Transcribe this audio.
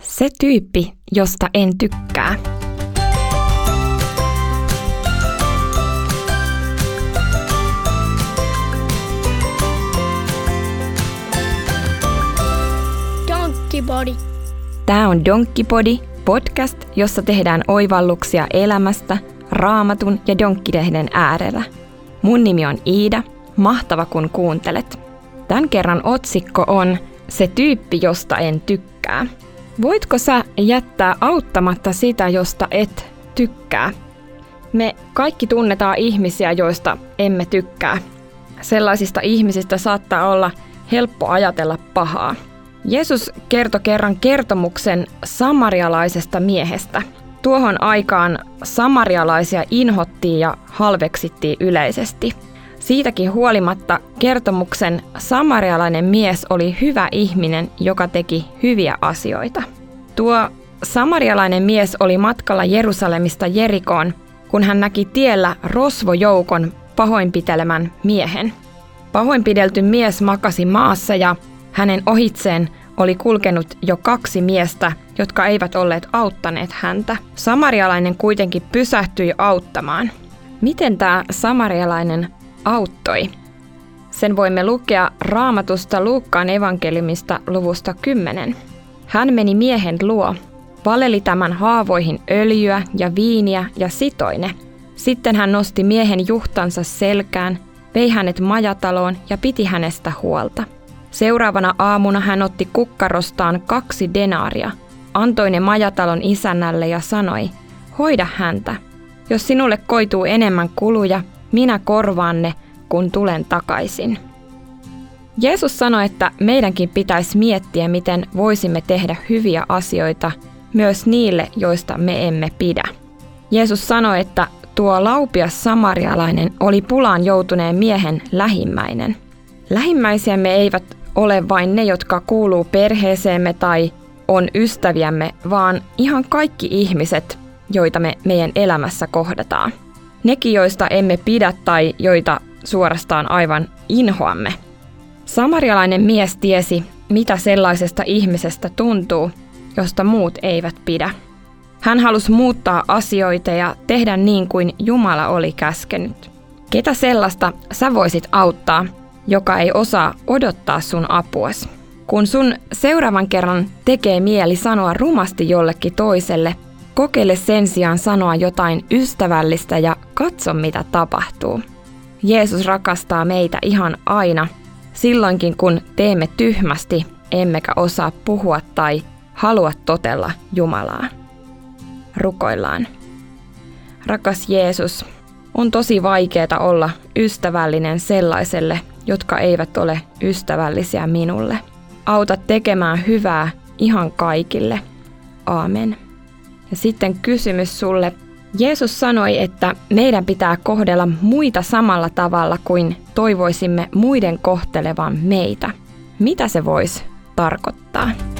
Se tyyppi, josta en tykkää. Donkkipodi. Tämä on Donkkipodi, podcast, jossa tehdään oivalluksia elämästä, Raamatun ja donkkilehden äärellä. Mun nimi on Iida, mahtava kun kuuntelet. Tämän kerran otsikko on Se tyyppi, josta en tykkää. Voitko sä jättää auttamatta sitä, josta et tykkää? Me kaikki tunnetaan ihmisiä, joista emme tykkää. Sellaisista ihmisistä saattaa olla helppo ajatella pahaa. Jeesus kertoi kerran kertomuksen samarialaisesta miehestä. Tuohon aikaan samarialaisia inhottiin ja halveksittiin yleisesti. Siitäkin huolimatta kertomuksen samarialainen mies oli hyvä ihminen, joka teki hyviä asioita. Tuo samarialainen mies oli matkalla Jerusalemista Jerikoon, kun hän näki tiellä rosvojoukon pahoinpitelemän miehen. Pahoinpidelty mies makasi maassa ja hänen ohitseen oli kulkenut jo 2 miestä, jotka eivät olleet auttaneet häntä. Samarialainen kuitenkin pysähtyi auttamaan. Miten tämä samarialainen auttoi? Sen voimme lukea Raamatusta Luukkaan evankeliumista luvusta 10. Hän meni miehen luo, valeli tämän haavoihin öljyä ja viiniä ja sitoi ne. Sitten hän nosti miehen juhtansa selkään, vei hänet majataloon ja piti hänestä huolta. Seuraavana aamuna hän otti kukkarostaan 2 denaaria, antoi ne majatalon isännälle ja sanoi, hoida häntä. Jos sinulle koituu enemmän kuluja, minä korvaan ne, kun tulen takaisin. Jeesus sanoi, että meidänkin pitäisi miettiä, miten voisimme tehdä hyviä asioita myös niille, joista me emme pidä. Jeesus sanoi, että tuo laupias samarialainen oli pulaan joutuneen miehen lähimmäinen. Lähimmäisiämme eivät ole vain ne, jotka kuuluu perheeseemme tai on ystäviämme, vaan ihan kaikki ihmiset, joita me meidän elämässä kohdataan. Nekin, joista emme pidä tai joita suorastaan aivan inhoamme. Samarialainen mies tiesi, mitä sellaisesta ihmisestä tuntuu, josta muut eivät pidä. Hän halusi muuttaa asioita ja tehdä niin kuin Jumala oli käskenyt. Ketä sellaista sä voisit auttaa, joka ei osaa odottaa sun apuasi? Kun sun seuraavan kerran tekee mieli sanoa rumasti jollekin toiselle, kokeile sen sijaan sanoa jotain ystävällistä ja katso mitä tapahtuu. Jeesus rakastaa meitä ihan aina, silloinkin kun teemme tyhmästi, emmekä osaa puhua tai halua totella Jumalaa. Rukoillaan. Rakas Jeesus, on tosi vaikeaa olla ystävällinen sellaiselle, jotka eivät ole ystävällisiä minulle. Auta tekemään hyvää ihan kaikille. Aamen. Ja sitten kysymys sulle. Jeesus sanoi, että meidän pitää kohdella muita samalla tavalla kuin toivoisimme muiden kohtelevan meitä. Mitä se voisi tarkoittaa?